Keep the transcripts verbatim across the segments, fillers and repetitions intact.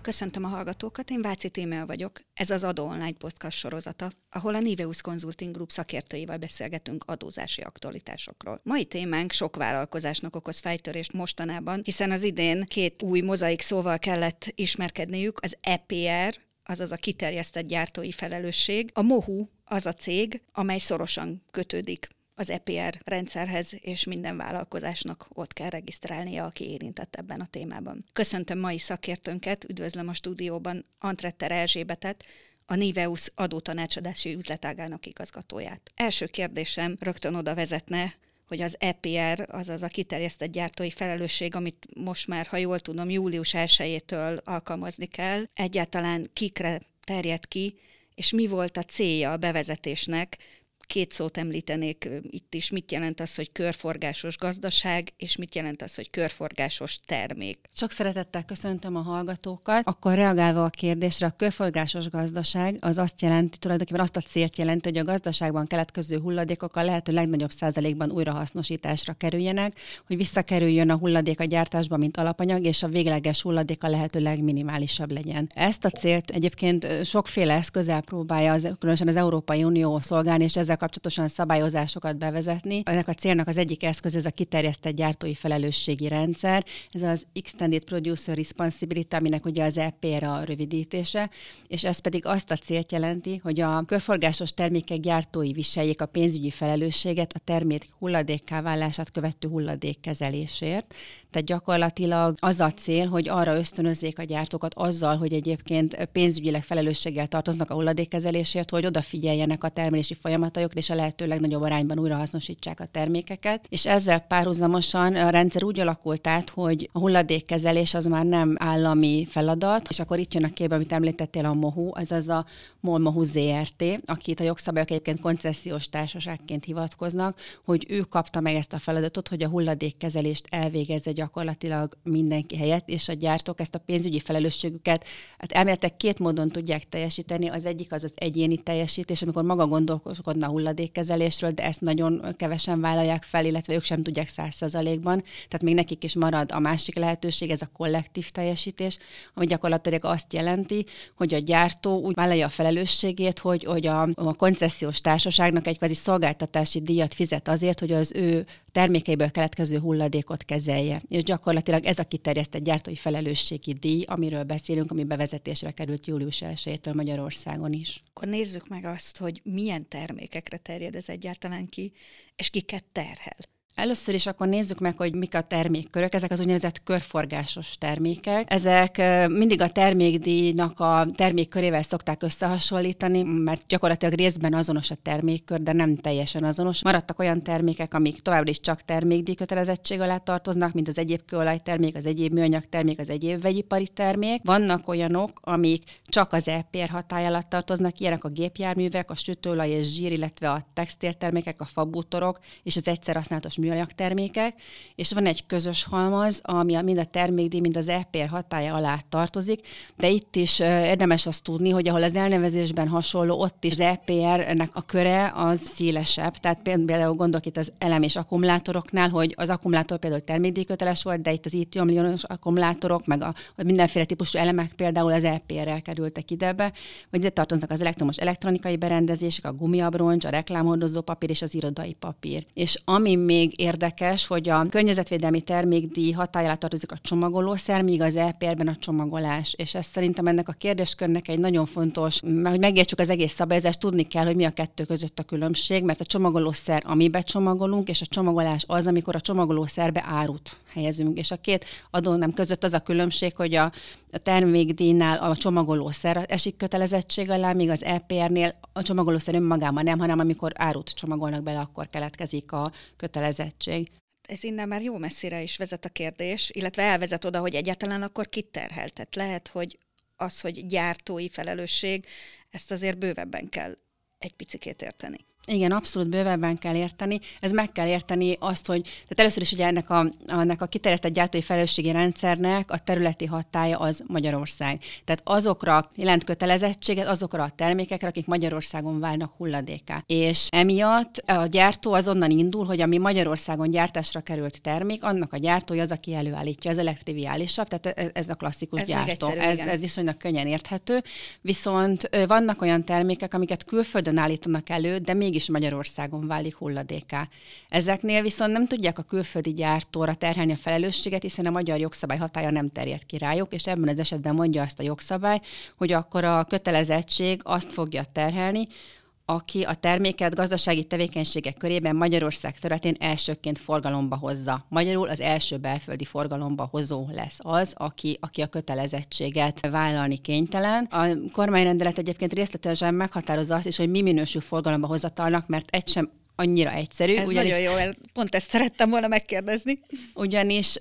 Köszöntöm a hallgatókat, én Váci Tímea vagyok. Ez az Adó Online podcast sorozata, ahol a Niveus Consulting Group szakértőivel beszélgetünk adózási aktualitásokról. Mai témánk sok vállalkozásnak okoz fejtörést mostanában, hiszen az idén két új mozaik szóval kellett ismerkedniük, az E P R, azaz a kiterjesztett gyártói felelősség, a MOHU az a cég, amely szorosan kötődik az E P R rendszerhez, és minden vállalkozásnak ott kell regisztrálnia, aki érintett ebben a témában. Köszöntöm mai szakértőnket, üdvözlöm a stúdióban Antretter Erzsébetet, a Niveus adótanácsadási üzletágának igazgatóját. Első kérdésem rögtön oda vezetne, hogy az E P R, azaz a kiterjesztett gyártói felelősség, amit most már, ha jól tudom, július elsejétől alkalmazni kell, egyáltalán kikre terjed ki, és mi volt a célja a bevezetésnek? Két szót említenék itt is, mit jelent az, hogy körforgásos gazdaság, és mit jelent az, hogy körforgásos termék. Sok szeretettel köszöntöm a hallgatókat. Akkor reagálva a kérdésre, a körforgásos gazdaság az azt jelenti, tulajdonképpen azt a célt jelenti, hogy a gazdaságban keletkező hulladékok a lehető legnagyobb százalékban újrahasznosításra kerüljenek, hogy visszakerüljön a hulladék a gyártásba, mint alapanyag, és a végleges hulladék a lehető legminimálisabb legyen. Ezt a célt egyébként sokféle eszközzel próbálja az, különösen az Európai Unió szolgálni, és ezzel kapcsolatosan szabályozásokat bevezetni. Ennek a célnak az egyik eszköz ez a kiterjesztett gyártói felelősségi rendszer, ez az Extended Producer Responsibility, aminek ugye az E P R a rövidítése, és ez pedig azt a célt jelenti, hogy a körforgásos termékek gyártói viseljék a pénzügyi felelősséget a termék hulladékká válását követő hulladékkezelésért. Tehát gyakorlatilag az a cél, hogy arra ösztönözzék a gyártókat azzal, hogy egyébként pénzügyileg felelősséggel tartoznak a hulladékkezelésért, hogy odafigyeljenek a termelési folyamatokra, és a lehető legnagyobb arányban újrahasznosítsák a termékeket. És ezzel párhuzamosan a rendszer úgy alakult át, hogy a hulladékkezelés az már nem állami feladat, és akkor itt jön a képbe, amit említettél, a MOHU, azaz a MOL MOHU Zé Er Té, akit a jogszabályok egyébként koncesziós társaságként hivatkoznak, hogy ő kapta meg ezt a feladatot, hogy a hulladékkezelést elvégezze gyakorlatilag mindenki helyett, és a gyártók ezt a pénzügyi felelősségüket hát elméletileg két módon tudják teljesíteni. Az egyik az az egyéni teljesítés, amikor maga gondolkodna a hulladékkezelésről, de ezt nagyon kevesen vállalják fel, illetve ők sem tudják száz százalékban. Tehát még nekik is marad a másik lehetőség, ez a kollektív teljesítés, ami gyakorlatilag azt jelenti, hogy a gyártó úgy vállalja a felelősségét, hogy, hogy a, a koncesziós társaságnak egy kvázi szolgáltatási díjat fizet azért, hogy az ő termékeiből keletkező hulladékot kezelje. És gyakorlatilag ez a kiterjesztett gyártói felelősségi díj, amiről beszélünk, ami bevezetésre került július elsejétől Magyarországon is. Akkor nézzük meg azt, hogy milyen termékekre terjed ez egyáltalán ki, és kiket terhel. Először is akkor nézzük meg, hogy mik a termékkörök. Ezek az úgynevezett körforgásos termékek. Ezek mindig a termékdíjnak a termékkörével szokták összehasonlítani, mert gyakorlatilag részben azonos a termékkör, de nem teljesen azonos. Maradtak olyan termékek, amik továbbra is csak termékdíj kötelezettség alá tartoznak, mint az egyéb kőolajtermék, az egyéb műanyag termék, az egyéb vegyipari termék. Vannak olyanok, amik csak az E P R hatály alatt tartoznak, ilyenek a gépjárművek, a sütőolaj és zsír, illetve a textiltermékek, a fabútorok és az egyszer használatos műanyag termékek, és van egy közös halmaz, ami mind a termékdíj, mind az E P R hatálya alá tartozik, de itt is érdemes azt tudni, hogy ahol az elnevezésben hasonló, ott is az E P R-nek a köre az szélesebb, tehát például gondolok itt az elem- és akkumulátoroknál, hogy az akkumulátor például termékdíjköteles volt, de itt az lítium-ionos akkumulátorok, meg a, a mindenféle típusú elemek például az E P R-rel kerültek idebe, vagy ide tartoznak az elektromos elektronikai berendezések, a gumiabroncs, a reklámhordozó papír és az irodai papír. És ami még érdekes, hogy a környezetvédelmi termékdíj hatály alá tartozik a csomagolószer, míg az E P R-ben a csomagolás. És ez szerintem ennek a kérdéskörnek egy nagyon fontos, hogy megértsük az egész szabályozást, tudni kell, hogy mi a kettő között a különbség, mert a csomagolószer, amiben csomagolunk, és a csomagolás az, amikor a csomagolószerbe árut helyezünk. És a két adónem között az a különbség, hogy a, a termékdíjnál a csomagolószer esik kötelezettség alá, míg az E P R-nél a csomagolószer önmagában nem, hanem amikor árut csomagolnak bele, akkor keletkezik a kötelezettség. Ez innen már jó messzire is vezet a kérdés, illetve elvezet oda, hogy egyáltalán akkor kit terhel. Tehát lehet, hogy az, hogy gyártói felelősség, ezt azért bővebben kell egy picikét érteni. Igen, abszolút bővebben kell érteni. Ez meg kell érteni azt, hogy tehát először is ugye ennek a, ennek a kiterjesztett gyártói felelősségi rendszernek a területi hatálya az Magyarország. Tehát azokra jelent kötelezettséget, azokra a termékekre, akik Magyarországon válnak hulladékká. És emiatt a gyártó azonnan indul, hogy ami Magyarországon gyártásra került termék, annak a gyártója az, aki előállítja. Ez a legtriviálisabb, tehát ez a klasszikus ez gyártó. Egyszerű, ez, ez viszonylag könnyen érthető. Viszont vannak olyan termékek, amiket külföldön állítanak elő, de még mégis Magyarországon válik hulladékká. Ezeknél viszont nem tudják a külföldi gyártóra terhelni a felelősséget, hiszen a magyar jogszabály hatálya nem terjed ki rájuk, és ebben az esetben mondja azt a jogszabály, hogy akkor a kötelezettség azt fogja terhelni, aki a terméket gazdasági tevékenységek körében Magyarország területén elsőként forgalomba hozza. Magyarul az első belföldi forgalomba hozó lesz az, aki, aki a kötelezettséget vállalni kénytelen. A kormányrendelet egyébként részletesen meghatározza azt is, hogy mi minősül forgalomba hozatalnak, mert egy sem annyira egyszerű. Ez ugyanis, nagyon jó, pont ezt szerettem volna megkérdezni. Ugyanis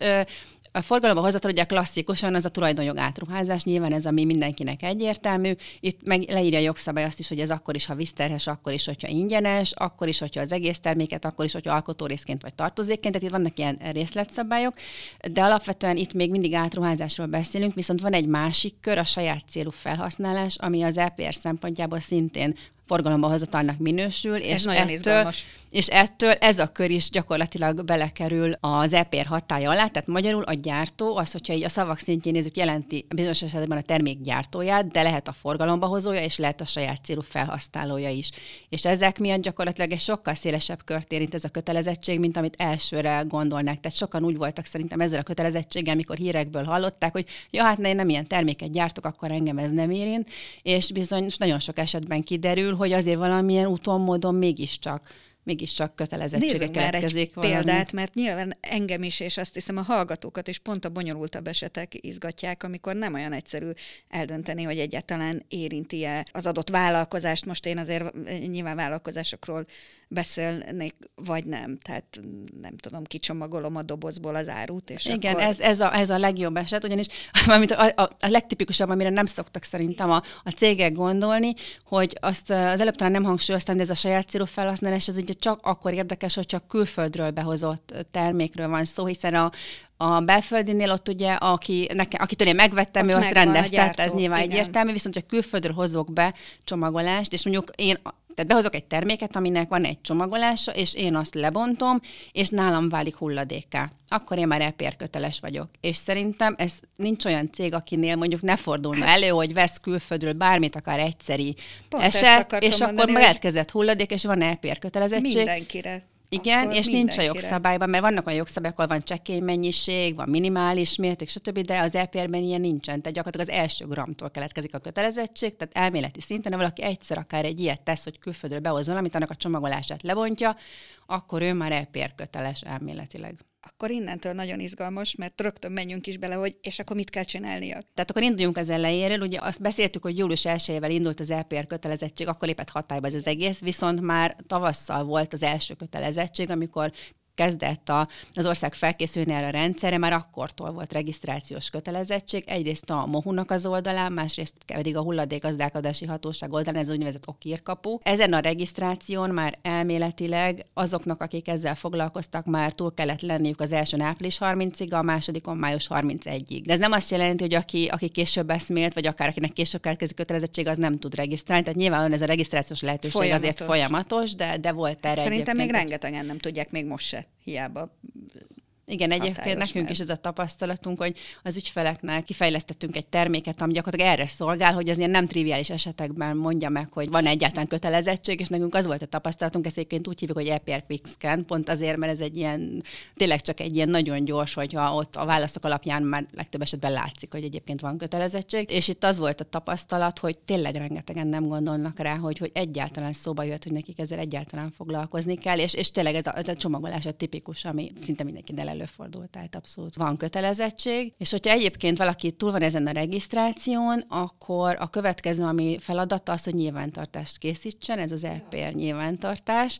a forgalomba hozatal ugye klasszikusan az a tulajdonjog átruházás, nyilván ez, ami mindenkinek egyértelmű. Itt meg leírja a jogszabály azt is, hogy ez akkor is, ha vízterhes, akkor is, hogyha ingyenes, akkor is, hogyha az egész terméket, akkor is, hogyha alkotórészként vagy tartozékként, tehát itt vannak ilyen részletszabályok, de alapvetően itt még mindig átruházásról beszélünk, viszont van egy másik kör, a saját célú felhasználás, ami az é pé er szempontjából szintén forgalomba hozatalnak minősül, ez és nagyon ettől, izgalmas. és ettől ez a kör is gyakorlatilag belekerül az é pé er hatálya alá, tehát magyarul a gyártó, az, hogyha így a szavak szintjén nézzük, jelenti bizonyos esetben a termék gyártóját, de lehet a forgalomba hozója, és lehet a saját célú felhasználója is. És ezek miatt gyakorlatilag egy sokkal szélesebb kört érint ez a kötelezettség, mint amit elsőre gondolnák. Tehát sokan úgy voltak szerintem ezzel a kötelezettséggel, amikor hírekből hallották, hogy ja, hát én nem ilyen terméket gyártok, akkor engem ez nem érint, és bizony nagyon sok esetben kiderül, hogy azért valamilyen úton, módon mégiscsak, mégiscsak kötelezettsége keletkezik valami. Példát, mert nyilván engem is, és azt hiszem a hallgatókat is pont a bonyolultabb esetek izgatják, amikor nem olyan egyszerű eldönteni, hogy egyáltalán érinti-e az adott vállalkozást. Most én azért nyilván vállalkozásokról beszélnék, vagy nem. Tehát nem tudom, kicsomagolom a dobozból az árut, és igen, akkor... ez, ez, a, ez a legjobb eset, ugyanis a, a, a legtipikusabb, amire nem szoktak szerintem a, a cégek gondolni, hogy azt az előbb talán nem hangsúlyoztam, de ez a saját célú felhasználás, ez ugye csak akkor érdekes, hogyha külföldről behozott termékről van szó, hiszen a A belföldinél ott ugye, aki nekem, akitől én megvettem, ott ő azt rendezte, tehát ez nyilván egyértelmű, viszont ha külföldről hozok be csomagolást, és mondjuk én tehát behozok egy terméket, aminek van egy csomagolása, és én azt lebontom, és nálam válik hulladékká. Akkor én már é pé er köteles vagyok. És szerintem ez nincs olyan cég, akinél mondjuk ne fordulna elő, hogy vesz külföldről bármit, akár egyszeri Pont eset, és mondani, akkor megkezdett hulladék, és van é pé er kötelezettség. Mindenkire. Igen, Akkor és nincs a mindenkire. jogszabályban, mert vannak olyan jogszabályok, ahol van csekély mennyiség, van minimális mérték, stb., de az é pé er-ben ilyen nincsen. Tehát gyakorlatilag az első gramtól keletkezik a kötelezettség, tehát elméleti szinten, ha valaki egyszer akár egy ilyet tesz, hogy külföldről behoz valamit, annak a csomagolását lebontja, akkor ő már é pé er köteles elméletileg. Akkor innentől nagyon izgalmas, mert rögtön menjünk is bele, hogy és akkor mit kell csinálnia. Tehát akkor induljunk az elejéről, ugye azt beszéltük, hogy július elsejével indult az é pé er kötelezettség, akkor lépett hatályba ez az egész, viszont már tavasszal volt az első kötelezettség, amikor kezdett a, az ország felkészülni erre a rendszerre, már akkortól volt regisztrációs kötelezettség. Egyrészt a MOHU-nak az oldalán, másrészt pedig a hulladékgazdálkodási hatóság oldalán, ez az úgynevezett okírkapu. Ezen a regisztráción már elméletileg azoknak, akik ezzel foglalkoztak, már túl kellett lenniük az első április harmincadikáig, a másodikon május harmincegyedikéig. De ez nem azt jelenti, hogy aki, aki később eszmélt, vagy akár akinek később keletkezik kötelezettség, az nem tud regisztrálni. Tehát nyilván ez a regisztrációs lehetőség folyamatos. Azért folyamatos, de, de volt erre. Szerintem még rengetegen nem tudják még most se. Hiába. Igen, egyébként nekünk mert. is ez a tapasztalatunk, hogy az ügyfeleknek kifejlesztettünk egy terméket, ami gyakorlatilag erre szolgál, hogy az ilyen nem triviális esetekben mondja meg, hogy van egyáltalán kötelezettség, és nekünk az volt a tapasztalatunk, ezt egyébként úgy hívjuk, hogy é pé er Quick Scan, pont azért, mert ez egy ilyen, tényleg csak egy ilyen nagyon gyors, hogyha ott a válaszok alapján már legtöbb esetben látszik, hogy egyébként van kötelezettség. És itt az volt a tapasztalat, hogy tényleg rengetegen nem gondolnak rá, hogy, hogy egyáltalán szóba jött, hogy nekik ezzel egyáltalán foglalkozni kell, és, és tényleg ez a, ez a csomagolás a tipikus, ami szinte mindenkinél előfordult, tehát abszolút van kötelezettség, és hogyha egyébként valaki túl van ezen a regisztráción, akkor a következő, ami feladata az, hogy nyilvántartást készítsen, ez az é pé er nyilvántartás,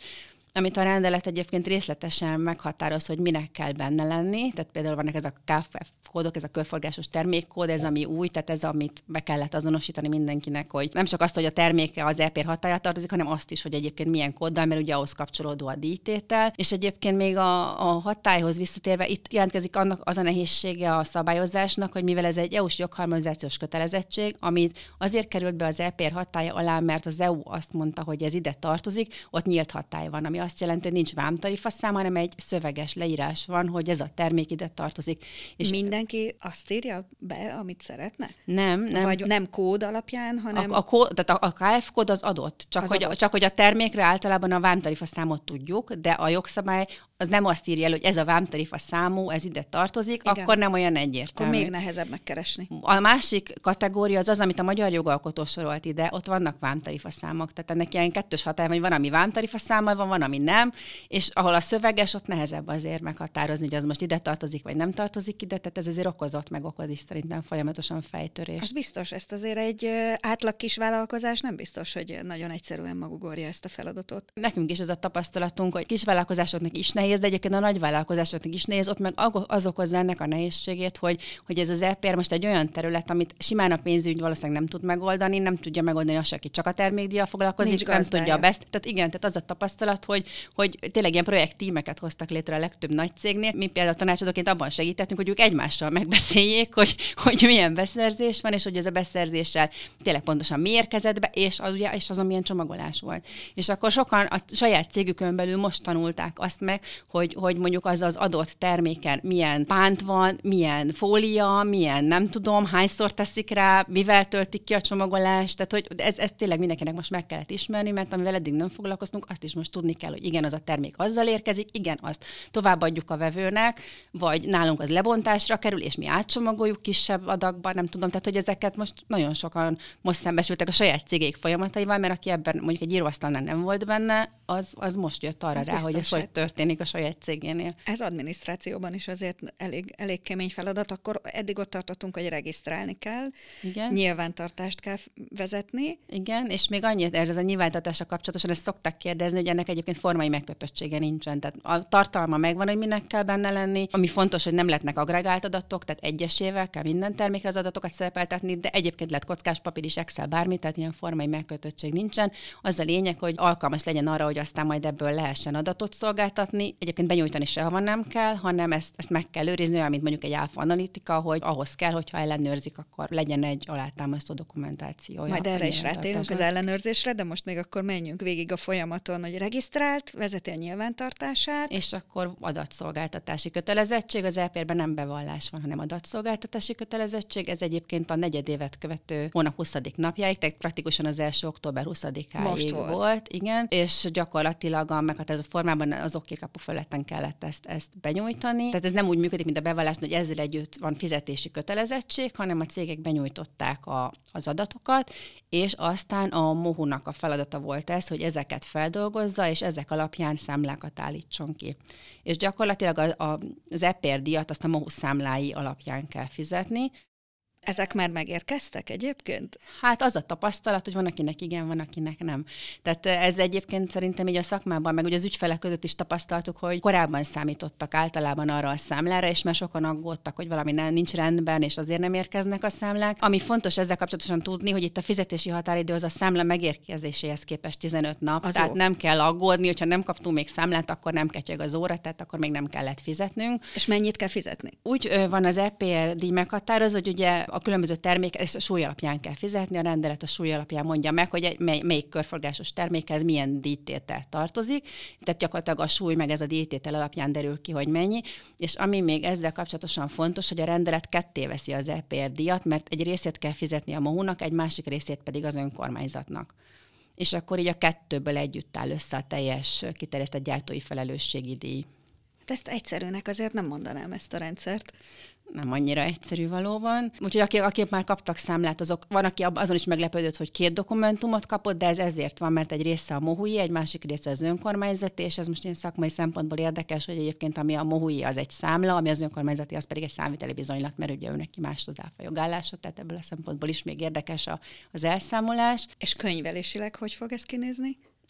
amit a rendelet egyébként részletesen meghatároz, hogy minek kell benne lenni. Tehát például vannak ez a ká ef ef kódok, ez a körforgásos termékkód, ez ami új, tehát ez amit be kellett azonosítani mindenkinek, hogy nem csak azt, hogy a terméke az é pé er hatállyal tartozik, hanem azt is, hogy egyébként milyen kóddal, mert ugye ahhoz kapcsolódó a díjtétel. És egyébként még a, a hatályhoz visszatérve, itt jelentkezik annak az a nehézsége a szabályozásnak, hogy mivel ez egy é u-s jogharmonizációs kötelezettség, amit azért került be az é pé er hatálya alá, mert az é u azt mondta, hogy ez ide tartozik, ott nyílt hatály van, ami azt jelenti, hogy nincs vámtarifaszám, hanem egy szöveges leírás van, hogy ez a termék ide tartozik. És mindenki azt írja be, amit szeretne? Nem, nem. Vagy nem kód alapján, hanem... A, a, kód, tehát a, a ká ef kód az adott, csak, az hogy, adott. csak hogy a termékre általában a vámtarifaszámot tudjuk, de a jogszabály az nem azt írja el, hogy ez a vámtarifa számú, ez ide tartozik, igen. Akkor nem olyan egyértelmű. Akkor még nehezebb megkeresni. A másik kategória az az, amit a magyar jogalkotó sorolt ide, ott vannak vámtarifaszámok. Tehát ennek ilyen kettős hatály, hogy van, ami vámtarifaszámmal van, van, ami nem, és ahol a szöveges, ott nehezebb azért meghatározni, hogy az most ide tartozik, vagy nem tartozik ide, tehát ez azért okozott, meg okoz is szerintem folyamatosan fejtörés. Az biztos, ezt azért egy átlag kis vállalkozás nem biztos, hogy nagyon egyszerűen magugorja ezt a feladatot. Nekünk is ez a tapasztalatunk, hogy kisvállalkozásoknak is nehéz, de egyébként a nagyvállalkozásoknak is nehéz, ott meg az okozza ennek a nehézségét, hogy, hogy ez az é pé er most egy olyan terület, amit simán a pénzügy valószínűleg nem tud megoldani, nem tudja megoldani azt, aki csak a termékdíjjal foglalkozik, nem tudja a best. Tehát igen, tehát az a tapasztalat, hogy, hogy tényleg ilyen projekttímeket hoztak létre a legtöbb nagy cégnél. Mi például tanácsadóként abban segítettünk, hogy ők egymással megbeszéljék, hogy, hogy milyen beszerzés van, és hogy ez a beszerzéssel tényleg pontosan mi érkezett be, és az, ugye, és azon milyen csomagolás volt. És akkor sokan a saját cégükön belül most tanulták azt meg, hogy, hogy mondjuk az az adott terméken milyen pánt van, milyen fólia, milyen nem tudom, hányszor teszik rá, mivel töltik ki a csomagolást, tehát hogy ez, ez tényleg mindenkinek most meg kellett ismerni, mert amivel eddig nem foglalkoztunk, azt is most tudni kell, hogy igen, az a termék azzal érkezik, igen, azt továbbadjuk a vevőnek, vagy nálunk az lebontásra kerül, és mi átcsomagoljuk kisebb adagban, nem tudom, tehát hogy ezeket most nagyon sokan most szembesültek a saját cégék folyamataival, mert aki ebben mondjuk egy íróasztalnál nem volt benne, az, az most jött arra ez rá, hogy ez hogy történik a saját cégénél. Ez adminisztrációban is azért elég, elég kemény feladat, akkor eddig ott tartottunk, hogy regisztrálni kell, igen. Nyilvántartást kell vezetni. Igen, és még annyit erről a nyilvántartással kapcsolatosan ezt szokták kérdezni, hogy ennek egyébként formai megkötöttsége nincsen. Tehát a tartalma megvan, hogy minek kell benne lenni. Ami fontos, hogy nem lehetnek agregált adatok, tehát egyesével kell minden termékre az adatokat szerepeltetni, de egyébként lehet kockás papír is, Excel, bármi, tehát ilyen formai megkötöttség nincsen. Az a lényeg, hogy alkalmas legyen arra, hogy aztán majd ebből lehessen adatot szolgáltatni. Egyébként benyújtani sehova nem kell, hanem ezt, ezt meg kell őrizni, olyan, mint mondjuk egy alfa analitika, hogy ahhoz kell, hogyha ellenőrzik, akkor legyen egy alátámasztó dokumentáció. Majd erre is rátérünk az ellenőrzésre, de most még akkor menjünk végig a folyamaton, hogy regisztrált, vezeti a nyilvántartását. És akkor adatszolgáltatási kötelezettség, az é pé er-ben nem bevallás van, hanem adatszolgáltatási kötelezettség. Ez egyébként a negyedévet követő hónap huszadik napjáig, tehát praktikusan az első október huszadikáig volt. volt. Igen, és gyakorlatilag a meghatározott formában az okékapu felületen kellett ezt, ezt benyújtani. Tehát ez nem úgy működik, mint a bevallás, hogy ezzel együtt van fizetési kötelezettség, hanem a cégek benyújtották a, az adatokat, és aztán a mohunak a feladata volt ez, hogy ezeket feldolgozza, és ezek alapján számlákat állítson ki. És gyakorlatilag a, a, az é pé er díjat azt a mohu számlái alapján kell fizetni. Ezek már megérkeztek egyébként? Hát az a tapasztalat, hogy van, akinek igen, van, akinek nem. Tehát ez egyébként szerintem így a szakmában, meg ugye az ügyfelek között is tapasztaltuk, hogy korábban számítottak általában arra a számlára, és már sokan aggódtak, hogy valami nem, nincs rendben, és azért nem érkeznek a számlák. Ami fontos ezzel kapcsolatosan tudni, hogy itt a fizetési határidő az a számla megérkezéséhez képest tizenöt nap, az tehát jó. Nem kell aggódni, hogyha nem kaptunk még számlát, akkor nem ketyeg az óra, tehát akkor még nem kellett fizetnünk. És mennyit kell fizetni? Úgy van az é pé er díj meghatározva, hogy ugye a különböző termék, ezt a súly alapján kell fizetni, a rendelet a súly alapján mondja meg, hogy mely, melyik körforgásos termékhez milyen díjtétel tartozik, tehát gyakorlatilag a súly meg ez a díjtétel alapján derül ki, hogy mennyi, és ami még ezzel kapcsolatosan fontos, hogy a rendelet ketté veszi az é pé er díjat, mert egy részét kell fizetni a mohunak, egy másik részét pedig az önkormányzatnak. És akkor így a kettőből együtt áll össze a teljes kiterjesztett gyártói felelősségi díj. Ezt egyszerűnek azért nem mondanám ezt a rendszert. Nem annyira egyszerű valóban. Úgyhogy akik, akik már kaptak számlát, azok, van, aki azon is meglepődött, hogy két dokumentumot kapott, de ez ezért van, mert egy része a mohui, egy másik része az önkormányzati, és ez most ilyen szakmai szempontból érdekes, hogy egyébként ami a mohui az egy számla, ami az önkormányzati, az pedig egy számviteli bizonylat, mert ugye ő neki más az áfa jogállása, tehát ebből a szempontból is még érdekes a, az elszámolás. És könyvelésileg hogy fog ez kinézni?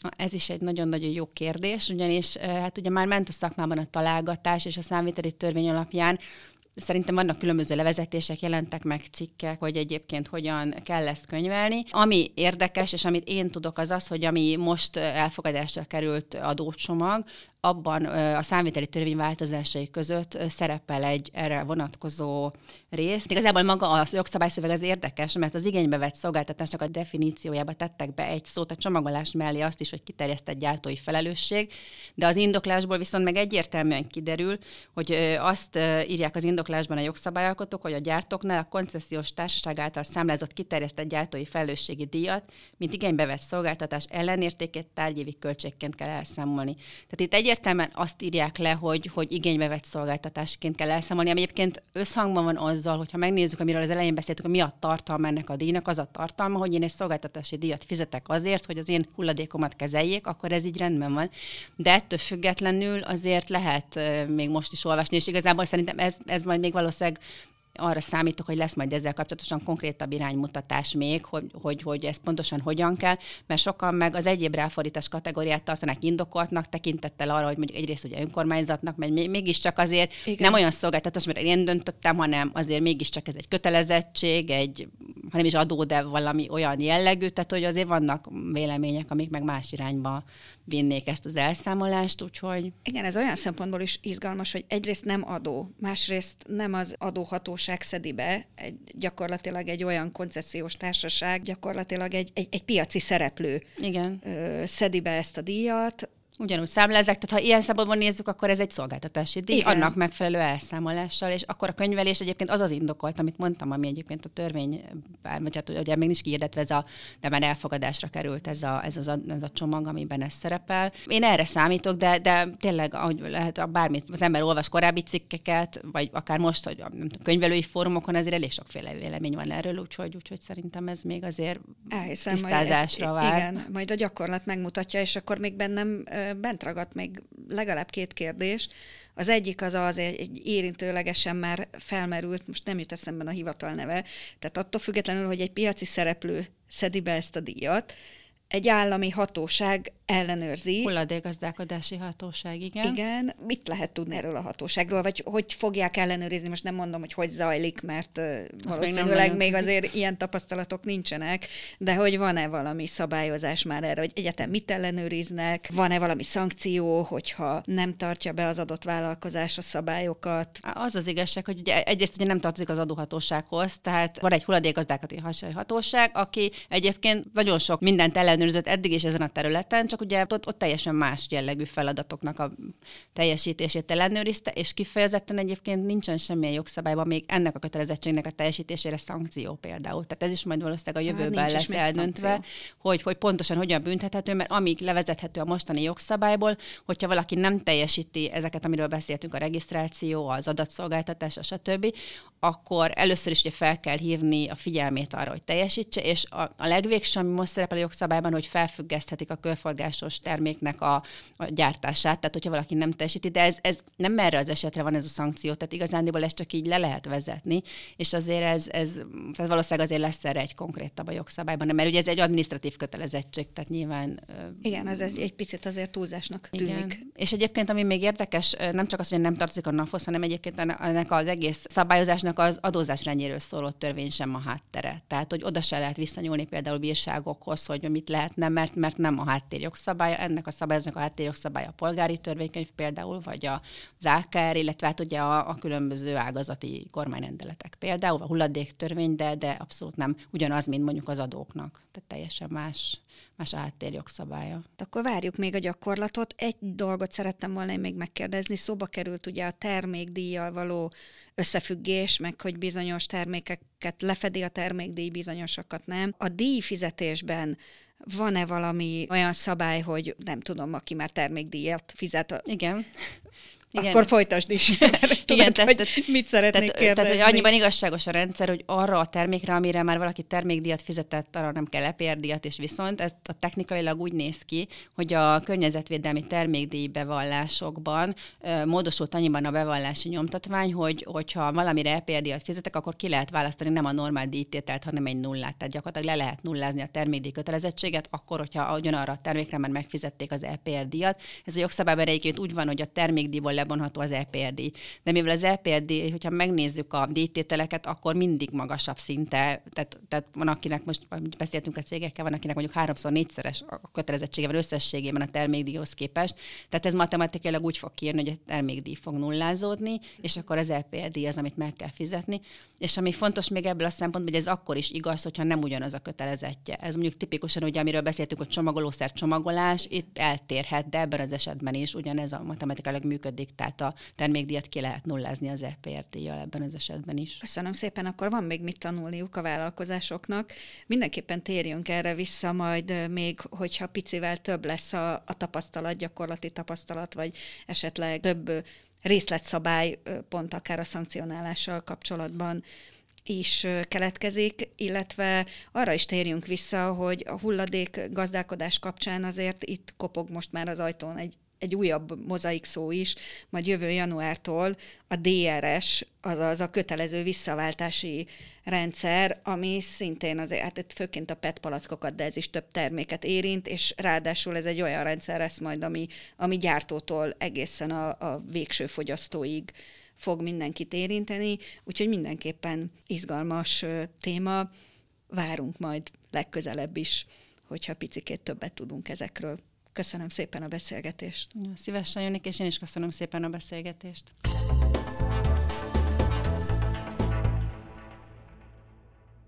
Na, ez is egy nagyon-nagyon jó kérdés, ugyanis hát ugye már ment a szakmában a találgatás, és a számviteli törvény alapján szerintem vannak különböző levezetések, jelentek meg cikkek, hogy egyébként hogyan kell ezt könyvelni. Ami érdekes, és amit én tudok, az az, hogy ami most elfogadásra került adócsomag, abban a számviteli törvény változásai között szerepel egy erre vonatkozó rész. Igazából maga a jogszabályszöveg az érdekes, mert az igénybe vett szolgáltatásnak a definíciójába tettek be egy szót a csomagolás mellé azt is, hogy kiterjesztett gyártói felelősség, de az indoklásból viszont meg egyértelműen kiderül, hogy azt írják az indoklásban a jogszabályalkotók, hogy a gyártóknál a koncesziós társaság által számlázott kiterjesztett gyártói felelősségi díjat, mint igénybe vett szolgáltatás ellenértékét tárgyévi költségként kell elszámolni. Tehát itt egy Egyértelműen azt írják le, hogy, hogy igénybe vett szolgáltatásként kell elszámolni, ami egyébként összhangban van azzal, hogyha megnézzük, amiről az elején beszéltük, hogy mi a tartalma ennek a díjnak, az a tartalma, hogy én egy szolgáltatási díjat fizetek azért, hogy az én hulladékomat kezeljék, akkor ez így rendben van. De ettől függetlenül azért lehet még most is olvasni, és igazából szerintem ez, ez majd még valószínűleg arra számítok, hogy lesz majd ezzel kapcsolatosan konkrétabb iránymutatás még, hogy, hogy, hogy ez pontosan hogyan kell, mert sokan meg az egyéb ráfordítás kategóriát tartanák indokoltnak, tekintettel arra, hogy mondjuk egyrészt ugye önkormányzatnak, mert mégiscsak azért igen. nem olyan szolgáltatás, mert én döntöttem, hanem azért mégiscsak ez egy kötelezettség, egy, ha nem is adó, de valami olyan jellegű, tehát hogy azért vannak vélemények, amik meg más irányba vinnék ezt az elszámolást, úgyhogy... Igen, ez olyan szempontból is izgalmas, hogy egyrészt nem adó, másrészt nem az adóhatóság szedi be, egy, gyakorlatilag egy olyan koncesziós társaság, gyakorlatilag egy, egy, egy piaci szereplő Igen. Ö, szedi be ezt a díjat. Ugyanúgy számlázzák, tehát ha ilyen szabadban nézzük, akkor ez egy szolgáltatási díj, igen. annak megfelelő elszámolással, és akkor a könyvelés egyébként az az indokolt, amit mondtam, ami egyébként a törvény, vagy hát ugye még nincs kihirdetve, ez a, de már elfogadásra került ez a, ez, az a, ez a csomag, amiben ez szerepel. Én erre számítok, de, de tényleg, ahogy lehet, bármit, az ember olvas korábbi cikkeket, vagy akár most, hogy a könyvelői fórumokon azért elég sokféle vélemény van erről, úgyhogy, úgyhogy szerintem ez még azért Elhiszem, tisztázásra majd ez, vár. Igen, majd a gyakorlat megmutatja, és akkor még bennem bent ragadt még legalább két kérdés. Az egyik az az, egy érintőlegesen már felmerült, most nem jut eszembe a hivatal neve, tehát attól függetlenül, hogy egy piaci szereplő szedi be ezt a díjat, egy állami hatóság ellenőrzi. Hulladékgazdálkodási hatóság, igen. Igen. Mit lehet tudni erről a hatóságról, vagy hogy fogják ellenőrizni? Most nem mondom, hogy hogy zajlik, mert Azt valószínűleg még, még azért ilyen tapasztalatok nincsenek, de hogy van-e valami szabályozás már erre, hogy egyáltalán mit ellenőriznek, van-e valami szankció, hogyha nem tartja be az adott vállalkozás a szabályokat? Az az igazság, hogy ugye egyrészt ugye nem tartozik az adóhatósághoz, tehát van egy hulladékgazdálkodási hatóság, aki egyébként nagyon sok mindent ellenőrzött eddig is ezen a területen, csak ugye ott, ott teljesen más jellegű feladatoknak a teljesítését ellenőrizte, és kifejezetten egyébként nincsen semmilyen jogszabályban még ennek a kötelezettségnek a teljesítésére szankció például. Tehát ez is majd valószínűleg a jövőben hát, lesz eldöntve, hogy, hogy pontosan hogyan büntethető, mert amíg levezethető a mostani jogszabályból, hogyha valaki nem teljesíti ezeket, amiről beszéltünk, a regisztráció, az adatszolgáltatás, stb., akkor először is ugye fel kell hívni a figyelmét arra, hogy teljesítse, és a, a legvégső, ami most szerepel a jogszabályban, hogy felfüggeszthetik a körforgásos terméknek a, a gyártását, tehát hogyha valaki nem teljesíti, de ez, ez nem erre az esetre van ez a szankció, tehát igazándiból ezt csak így le lehet vezetni, és azért ez, ez tehát valószínűleg azért lesz erre egy konkrétabb a jogszabályban, mert ugye ez egy adminisztratív kötelezettség, tehát nyilván... Igen, ez egy picit azért túlzásnak tűnik. Igen. És egyébként, ami még érdekes, nem csak az, hogy nem tartozik a NAFOS, hanem egyébként ennek az egész szabályozásnak az adózásrendjéről szóló törvény sem a háttere. Tehát, hogy oda se lehet visszanyúlni például bírságokhoz, hogy mit lehetne, mert, mert nem a háttérjogszabálya, ennek a szabályozásnak a háttérjogszabálya a polgári törvénykönyv például, vagy az á ká er, illetve hát ugye a, a különböző ágazati kormányrendeletek például, a hulladéktörvény, de, de abszolút nem ugyanaz, mint mondjuk az adóknak. Tehát teljesen más, más a háttérjogszabálya. Akkor várjuk még a gyakorlatot. Egy dolgot szerettem volna én még megkérdezni. Szóba került ugye a termékdíjjal való összefüggés, meg hogy bizonyos termékeket lefedi a termékdíj, bizonyosakat nem. A díjfizetésben van-e valami olyan szabály, hogy nem tudom, aki már termékdíjat fizet? Igen. Igen. Akkor folytasd is. Tudod, igen, tehát, hogy mit szeretnék tehát, kérdezni. Tehát, hogy annyiban igazságos a rendszer, hogy arra a termékre, amire már valaki termékdíjat fizetett, arra nem kell e pé er díjat, és viszont ez a technikailag úgy néz ki, hogy a környezetvédelmi termékdíj bevallásokban uh, módosult annyiban a bevallási nyomtatvány, hogy hogyha valamire e pé er díjat fizetek, akkor ki lehet választani nem a normál díjtételt, hanem egy nullát. Tehát gyakorlatilag le lehet nullázni a termékdíj kötelezettséget, akkor, hogyha ugyanarra a termékre már megfizették az e pé er díjat. Ez a jogszabályban egyébként úgy van, hogy a termékdíjból lebonható az e pé er díj. De mivel az e pé er díj, hogyha megnézzük a díjtételeket, akkor mindig magasabb szinte. Tehát, tehát van, akinek most beszéltünk a cégekkel, van, akinek mondjuk háromszor négyszeres a kötelezettsége van összességében a termékdíjhoz képest. Tehát ez matematikailag úgy fog kijönni, hogy a termékdíj fog nullázódni, és akkor az e pé er díj az, amit meg kell fizetni. És ami fontos még ebből a szempontból, hogy ez akkor is igaz, hogyha nem ugyanaz a kötelezettje. Ez mondjuk tipikusan, ugye, amiről beszéltünk, hogy csomagolószer csomagolás, itt eltérhet, de ebben az esetben is ugyanez a matematikailag működik, tehát a termékdíjat ki lehet nullázni az e pé er díjjal ebben az esetben is. Köszönöm szépen, akkor van még mit tanulniuk a vállalkozásoknak. Mindenképpen térjünk erre vissza majd még, hogyha picivel több lesz a, a tapasztalat, gyakorlati tapasztalat, vagy esetleg több részletszabály, pont akár a szankcionálással kapcsolatban is keletkezik, illetve arra is térjünk vissza, hogy a hulladék gazdálkodás kapcsán azért itt kopog most már az ajtón egy, egy újabb mozaik szó is, majd jövő januártól a dé er es, azaz a kötelező visszaváltási rendszer, ami szintén azért, hát főként a pé e té palackokat, de ez is több terméket érint, és ráadásul ez egy olyan rendszer lesz majd, ami, ami gyártótól egészen a, a végső fogyasztóig fog mindenkit érinteni, úgyhogy mindenképpen izgalmas téma, várunk majd legközelebb is, hogyha picikét többet tudunk ezekről. Köszönöm szépen a beszélgetést. Szívesen jönnék, és én is köszönöm szépen a beszélgetést.